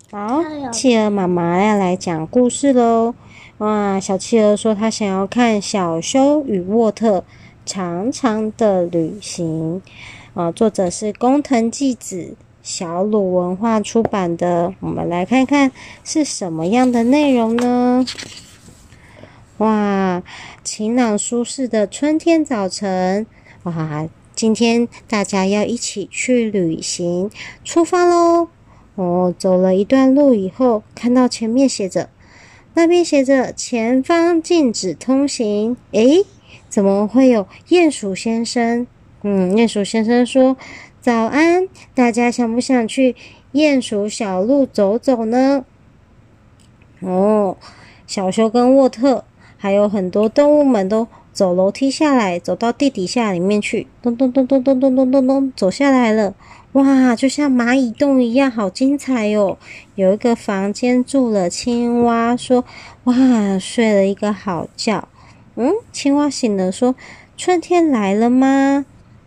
好，企鹅妈妈要来讲故事喽。哇，小企鹅说他想要看小修与沃特长长的旅行。作者是工藤纪子，小鲁文化出版的。我们来看看是什么样的内容呢？哇，晴朗舒适的春天早晨，哇，今天大家要一起去旅行，出发喽！走了一段路以后，看到前面那边写着前方禁止通行。诶，怎么会有鼹鼠先生？鼹鼠先生说：“早安，大家想不想去鼹鼠小路走走呢？”小修跟沃特还有很多动物们都走楼梯下来，走到地底下里面去，咚咚咚咚咚咚咚咚咚，走下来了。哇，就像蚂蚁洞一样，好精彩哦！有一个房间住了青蛙，说：“哇，睡了一个好觉。”青蛙醒了，说：“春天来了吗？”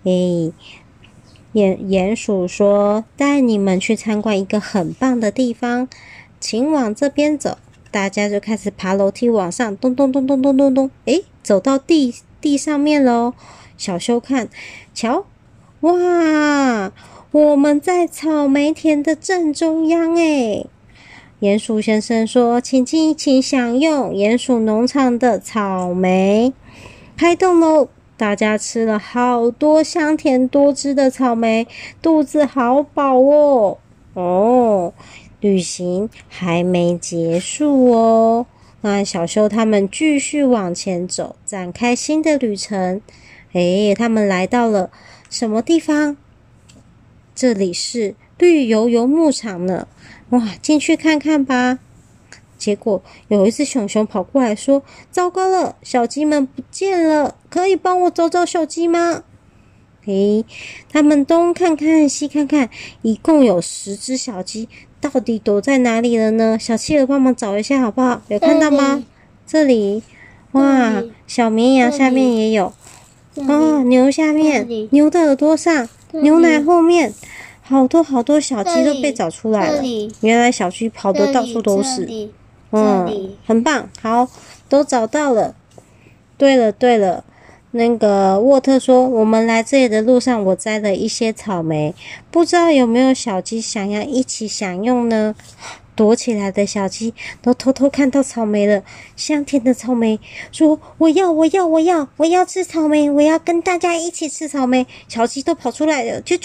鼹鼠说：“带你们去参观一个很棒的地方，请往这边走。”大家就开始爬楼梯往上，咚咚咚咚咚咚咚，走到地上面咯。小修看，瞧，哇，我们在草莓田的正中央诶。鼹鼠先生说：“请尽情享用鼹鼠农场的草莓，开动喽！”大家吃了好多香甜多汁的草莓，肚子好饱哦。旅行还没结束哦。那小修他们继续往前走，展开新的旅程。他们来到了什么地方？这里是绿油油牧场呢。哇，进去看看吧。结果有一只熊熊跑过来说：“糟糕了，小鸡们不见了，可以帮我找找小鸡吗？”他们东看看西看看，一共有10只小鸡，到底躲在哪里了呢？小企鹅帮忙找一下好不好？有看到吗？这里，哇，小绵羊下面也有，牛下面，牛的耳朵上，牛奶后面，好多好多小鸡都被找出来了。原来小鸡跑得到处都是。很棒，好，都找到了。对了，那个沃特说，我们来这里的路上，我摘了一些草莓，不知道有没有小鸡想要一起享用呢？躲起来的小鸡都偷偷看到草莓了，香甜的草莓，说我要吃草莓，我要跟大家一起吃草莓。小鸡都跑出来了，啾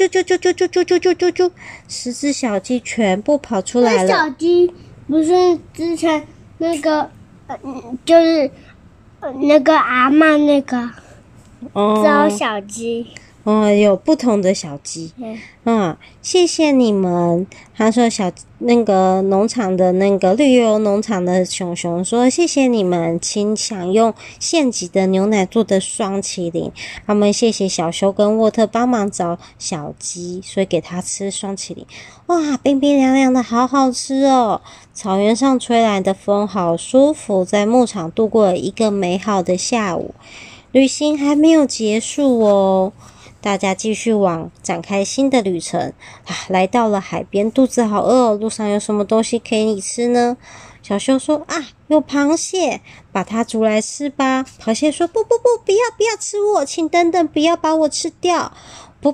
，10只小鸡全部跑出来了。 小鸡不是之前那个，就是那个阿嬷那个。招小鸡有不同的小鸡。谢谢你们。他说那个农场的那个绿油农场的熊熊说：“谢谢你们，请享用现挤的牛奶做的双麒麟。”他们谢谢小修跟沃特帮忙找小鸡，所以给他吃双麒麟。哇，冰冰凉凉的，好好吃哦！草原上吹来的风好舒服，在牧场度过了一个美好的下午。旅行还没有结束哦，大家继续展开新的旅程。来到了海边，肚子好饿哦，路上有什么东西可以吃呢？小修说：“有螃蟹，把它煮来吃吧。”螃蟹说：“不要吃我，请等等，不要把我吃掉。”不，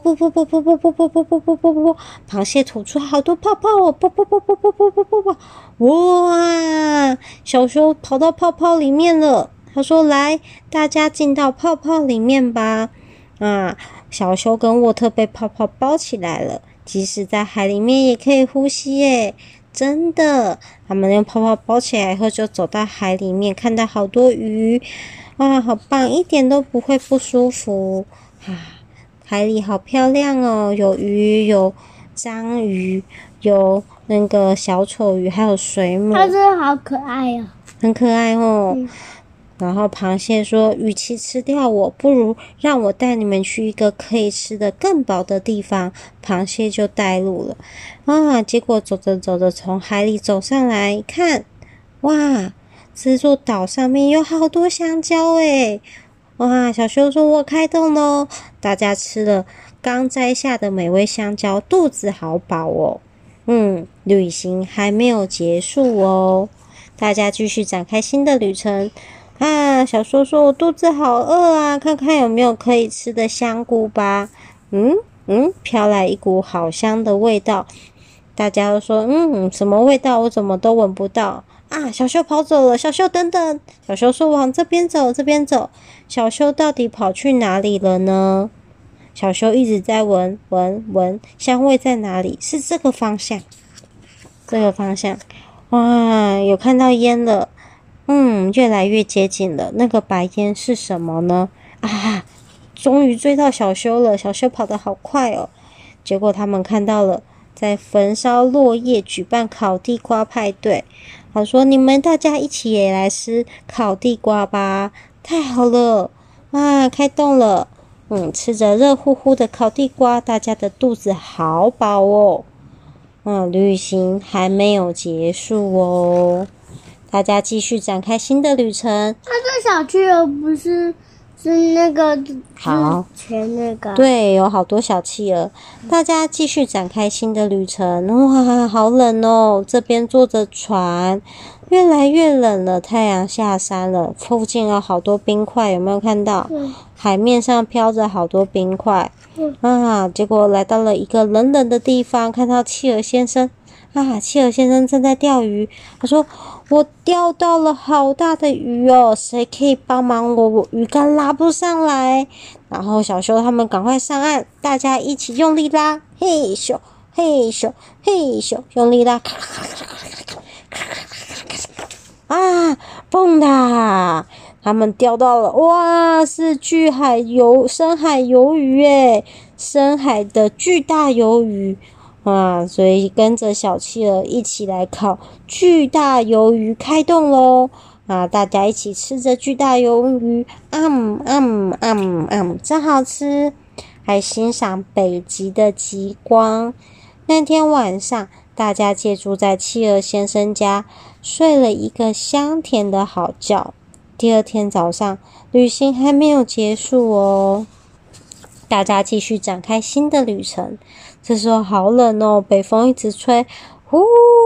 螃蟹吐出好多泡泡哦！不，哇！小修跑到泡泡里面了。他说：“来，大家进到泡泡里面吧。”小修跟沃特被泡泡包起来了，即使在海里面也可以呼吸耶！真的，他们用泡泡包起来以后，就走到海里面，看到好多鱼，好棒，一点都不会不舒服。海里好漂亮哦，有鱼，有章鱼，有那个小丑鱼，还有水母。 它真的好可爱哦， 很可爱哦。然后螃蟹说：“与其吃掉我，不如让我带你们去一个可以吃的更饱的地方。”螃蟹就带路了。结果走着，从海里走上来，看，哇，这座岛上面有好多香蕉诶！哇，小修说：“我开动咯！”大家吃了刚摘下的美味香蕉，肚子好饱哦。 旅行还没有结束哦，大家继续展开新的旅程。啊，小修说：“我肚子好饿啊，看看有没有可以吃的香菇吧。”飘来一股好香的味道。大家都说：“什么味道？我怎么都闻不到啊！”小修跑走了。小修等等，小修说：“往这边走，这边走。”小修到底跑去哪里了呢？小修一直在闻，香味在哪里？是这个方向，这个方向。哇，有看到烟了。越来越接近了。那个白烟是什么呢？啊，终于追到小修了。小修跑得好快哦。结果他们看到了，在焚烧落叶举办烤地瓜派对。他说：“你们大家一起也来吃烤地瓜吧！”太好了啊，开动了。吃着热乎乎的烤地瓜，大家的肚子好饱哦。旅行还没有结束哦。大家继续展开新的旅程。 那个小企鹅不是那个好前那个？ 对，有好多小企鹅。大家继续展开新的旅程。哇，好冷哦！这边坐着船，越来越冷了。太阳下山了，附近有好多冰块，有没有看到？海面上飘着好多冰块。结果来到了一个冷冷的地方，看到企鹅先生。企鹅先生正在钓鱼。他说：“我钓到了好大的鱼哦，谁可以帮忙我鱼竿拉不上来？”然后小修他们赶快上岸，大家一起用力拉，嘿咻嘿咻嘿咻，用力拉，蹦哒！他们钓到了，哇，是深海鱿鱼耶，深海的巨大鱿鱼。所以跟着小企鹅一起来烤巨大鱿鱼，开动咯！大家一起吃着巨大鱿鱼，真好吃！还欣赏北极的极光。那天晚上，大家借住在企鹅先生家，睡了一个香甜的好觉。第二天早上，旅行还没有结束哦。大家继续展开新的旅程。这时候好冷哦，北风一直吹，呼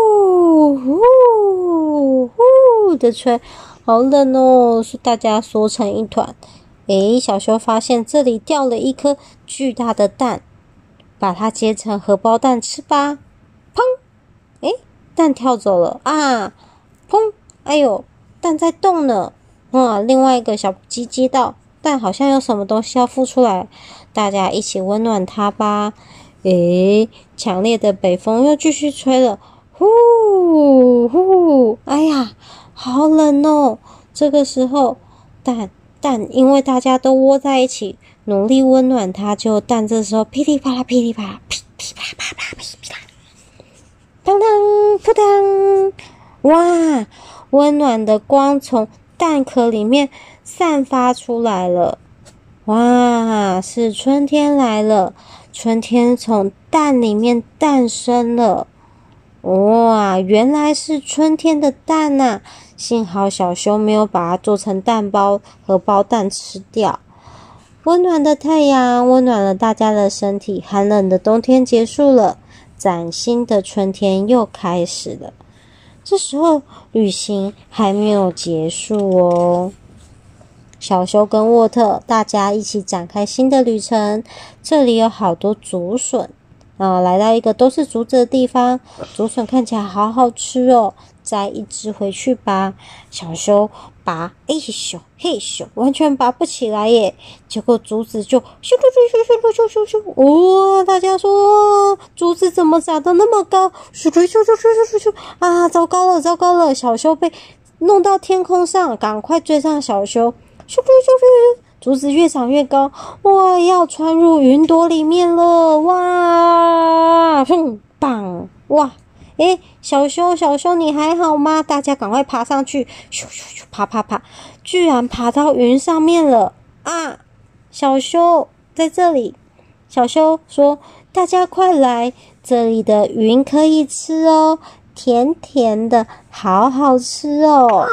呼呼的吹，好冷哦，是大家缩成一团。小修发现这里掉了一颗巨大的蛋，把它切成荷包蛋吃吧。砰！蛋跳走了啊！砰！哎呦，蛋在动呢。另外一个小鸡接到蛋，好像有什么东西要孵出来，大家一起温暖它吧。强烈的北风又继续吹了，呼呼！哎呀，好冷哦！这个时候，蛋，因为大家都窝在一起，努力温暖它，就蛋这时候噼里啪啦，噼里啪啦，噼啪啪啪，噼啪，当当扑当！哇，温暖的光从蛋壳里面散发出来了。哇，是春天来了。春天从蛋里面诞生了。哇，原来是春天的蛋啊！幸好小修没有把它做成蛋包荷包蛋吃掉。温暖的太阳温暖了大家的身体，寒冷的冬天结束了，崭新的春天又开始了。这时候旅行还没有结束哦。小修跟沃特大家一起展开新的旅程。这里有好多竹笋，来到一个都是竹子的地方。竹笋看起来好好吃哦，摘一只回去吧。小修拔，咻嘿咻，完全拔不起来耶。结果竹子就咻咻咻咻咻咻咻，哇！大家说竹子怎么长得那么高？咻咻咻咻咻咻咻啊！糟糕了！小修被弄到天空上，赶快追上小修。咻咻咻咻！竹子越长越高，哇！要穿入云朵里面了，哇！砰棒！哇！小修，你还好吗？大家赶快爬上去，咻咻咻，爬，居然爬到云上面了啊！小修在这里。小修说：“大家快来，这里的云可以吃哦，甜甜的，好好吃哦。”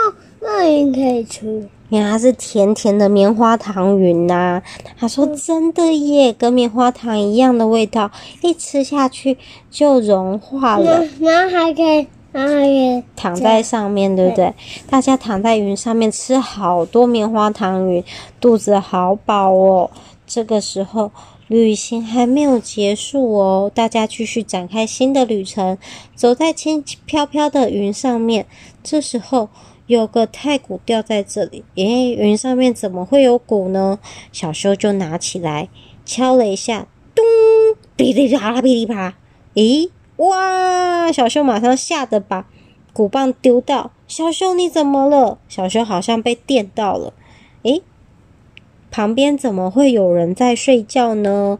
那云可以吃。 因为它是甜甜的棉花糖云呐、他说真的耶，跟棉花糖一样的味道，一吃下去就融化了。 然后还可以躺在上面，对不对？大家躺在云上面吃好多棉花糖云，肚子好饱哦。这个时候旅行还没有结束哦，大家继续展开新的旅程，走在轻飘飘的云上面。这时候有个太鼓掉在这里，云上面怎么会有鼓呢？小修就拿起来敲了一下，咚，噼里啪啦，噼里啪啦。哇！小修马上吓得把鼓棒丢到。小修你怎么了？小修好像被电到了。旁边怎么会有人在睡觉呢？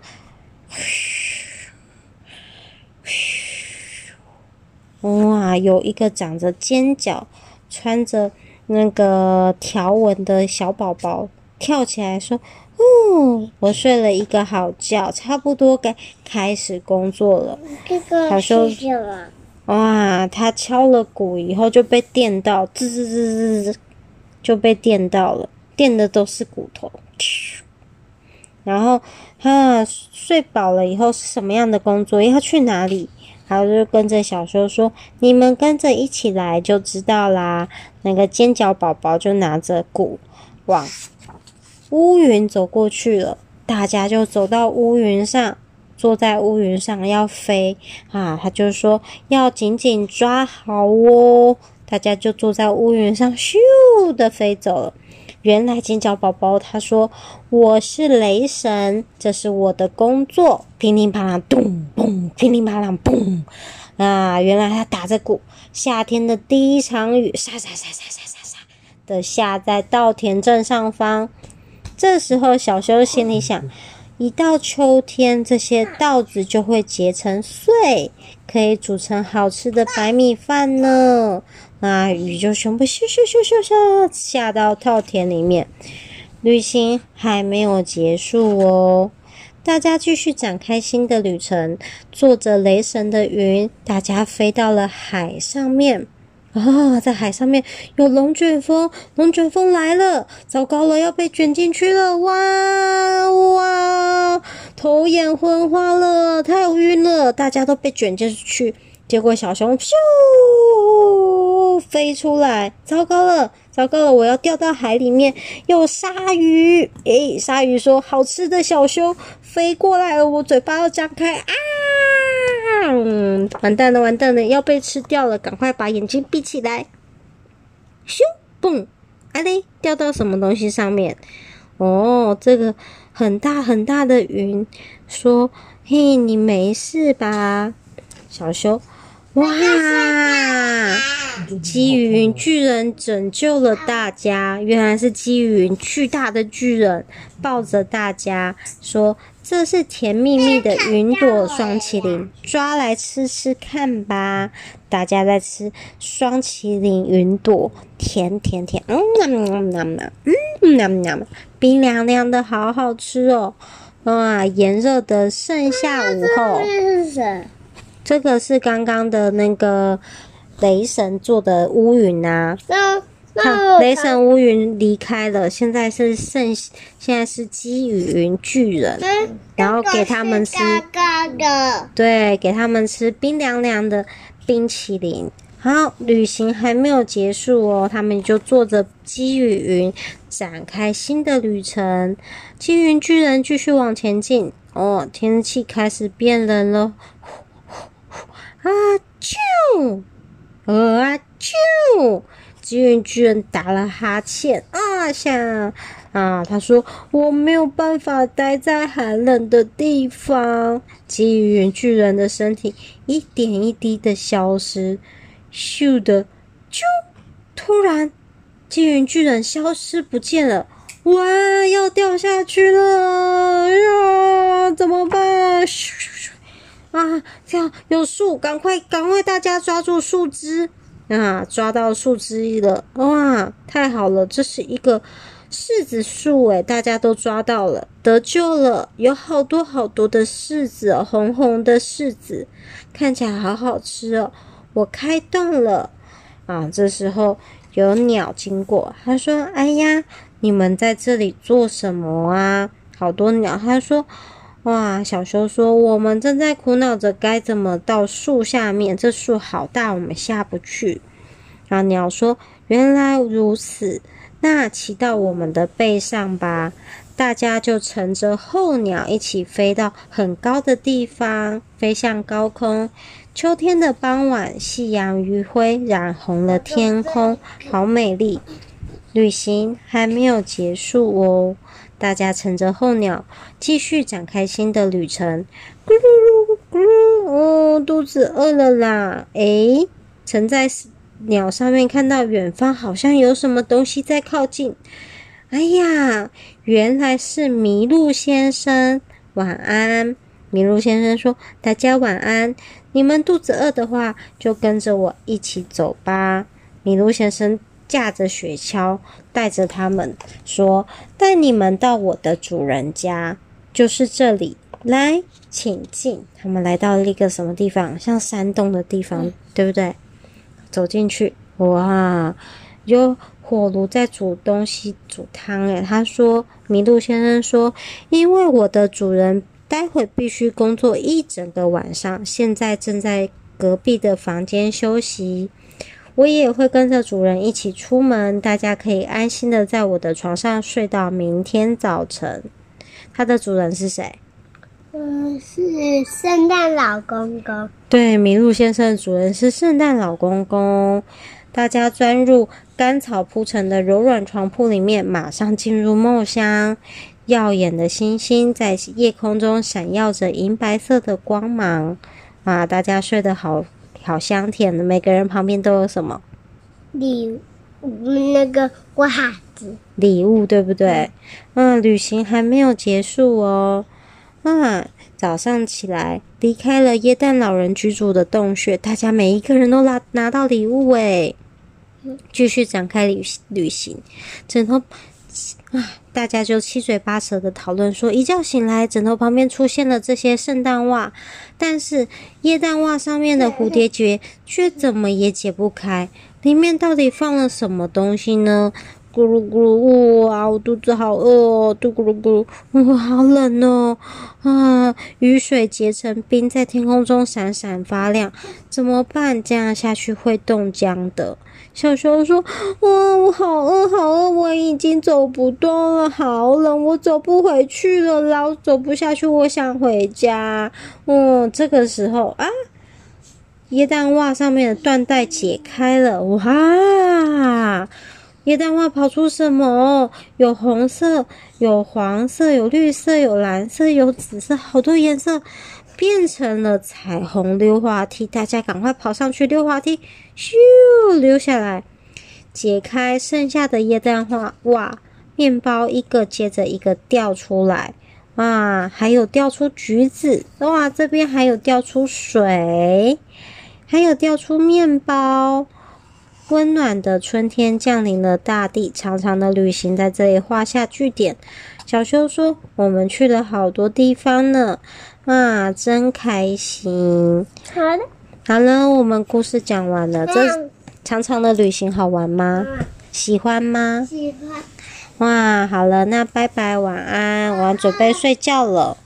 哇！有一个长着尖角、穿着那个条纹的小宝宝跳起来说：“我睡了一个好觉，差不多该开始工作了。” 小修是什么？ 哇！他敲了鼓以后就被电到，吱吱吱吱，就被电到了，电的都是骨头。然后他睡饱了以后是什么样的工作？要去哪里？他就跟着小修说：“你们跟着一起来就知道啦。”那个尖角宝宝就拿着鼓往乌云走过去了，大家就走到乌云上，坐在乌云上要飞他就说要紧紧抓好哦，大家就坐在乌云上咻的飞走了。原来尖角宝宝他说我是雷神，这是我的工作，乒铃乓啷咚嘣，乒铃乓啷嘣原来他打着鼓，夏天的第一场雨沙沙沙沙沙沙沙的下在稻田正上方。这时候小修心里想，一到秋天这些稻子就会结成穗，可以煮成好吃的白米饭呢。雨就全部咻咻咻咻咻下到稻田里面。旅行还没有结束哦，大家继续展开新的旅程，坐着雷神的云，大家飞到了海上面。在海上面有龙卷风，龙卷风来了，糟糕了，要被卷进去了！哇，头眼昏花了，太晕了，大家都被卷进去。结果小熊咻飞出来，糟糕了，我要掉到海里面。有鲨鱼，鲨鱼说：“好吃的小熊飞过来了，我嘴巴要张开啊！”完蛋了，要被吃掉了，赶快把眼睛闭起来。咻蹦，掉到什么东西上面？这个很大很大的云说：“嘿，你没事吧？”小修，哇！积云巨人拯救了大家，原来是积云巨大的巨人抱着大家说：“这是甜蜜蜜的云朵双麒麟，抓来吃吃看吧。”大家在吃双麒麟云朵，甜甜甜，冰凉凉的，好好吃哦！炎热的盛夏午后，这个是刚刚的那个雷神做的乌云啊。雷神乌云离开了，现在是积雨云巨人，然后给他们吃，对，给他们吃冰凉凉的冰淇淋。好，旅行还没有结束哦，他们就坐着积雨云展开新的旅程。积云巨人继续往前进，天气开始变冷了。积云巨人打了哈欠，他说我没有办法待在寒冷的地方。积云巨人的身体一点一滴的消失，咻的突然积云巨人消失不见了，哇，要掉下去了呀，怎么办？这样有树，赶快大家抓住树枝抓到树枝了，哇，太好了，这是一个柿子树大家都抓到了，得救了，有好多好多的柿子红红的柿子，看起来好好吃哦，我开动了这时候有鸟经过，他说：“哎呀，你们在这里做什么啊？”好多鸟。他说：“哇！”小修说：“我们正在苦恼着该怎么到树下面，这树好大，我们下不去。”然后鸟说：“原来如此，那骑到我们的背上吧。”大家就乘着候鸟一起飞到很高的地方，飞向高空。秋天的傍晚，夕阳余晖染红了天空，好美丽。旅行还没有结束哦，大家乘着候鸟继续展开新的旅程。咕噜咕噜，哦，肚子饿了啦！诶，乘在鸟上面看到远方好像有什么东西在靠近。哎呀，原来是麋鹿先生，晚安。麋鹿先生说：“大家晚安，你们肚子饿的话，就跟着我一起走吧。”麋鹿先生驾着雪橇，带着他们说：“带你们到我的主人家，就是这里，来，请进。”他们来到了一个什么地方？像山洞的地方，对不对？走进去，哇，有火炉在煮东西，煮汤诶。他说，麋鹿先生说：“因为我的主人待会必须工作一整个晚上，现在正在隔壁的房间休息。我也会跟着主人一起出门，大家可以安心的在我的床上睡到明天早晨。”他的主人是谁？ 是圣诞老公公。 对，麋鹿先生的主人是圣诞老公公。大家钻入干草铺成的柔软床铺里面，马上进入梦乡。耀眼的星星在夜空中闪耀着银白色的光芒。啊，大家睡得好香甜的。每个人旁边都有什么？ 那个袜子。 礼物，对不对？旅行还没有结束哦。早上起来，离开了耶诞老人居住的洞穴，大家每一个人都拿到礼物诶。继续展开旅行，大家就七嘴八舌的讨论说，一觉醒来，枕头旁边出现了这些圣诞袜，但是耶诞袜上面的蝴蝶结却怎么也解不开，里面到底放了什么东西呢？咕噜咕噜，哇，我肚子好饿哦，咕噜咕噜，哇，好冷哦，雨水结成冰，在天空中闪闪发亮，怎么办？这样下去会冻僵的。小熊说：“哇，我好饿，好饿，我已经走不动了，好冷，我走不回去了，老走不下去，我想回家。”这个时候耶诞袜上面的缎带解开了，哇！耶诞袜跑出什么？有红色，有黄色，有绿色，有蓝色，有紫色，好多颜色，变成了彩虹溜滑梯。大家赶快跑上去溜滑梯，咻，溜下来，解开剩下的耶诞袜，面包一个接着一个掉出来。还有掉出橘子，这边还有掉出水，还有掉出面包。温暖的春天降临了大地，长长的旅行在这里画下句点。小修说：“我们去了好多地方呢，真开心。”好了，我们故事讲完了。这长长的旅行好玩吗？喜欢吗？ 喜欢。 好了，那拜拜，晚安，我要准备睡觉了。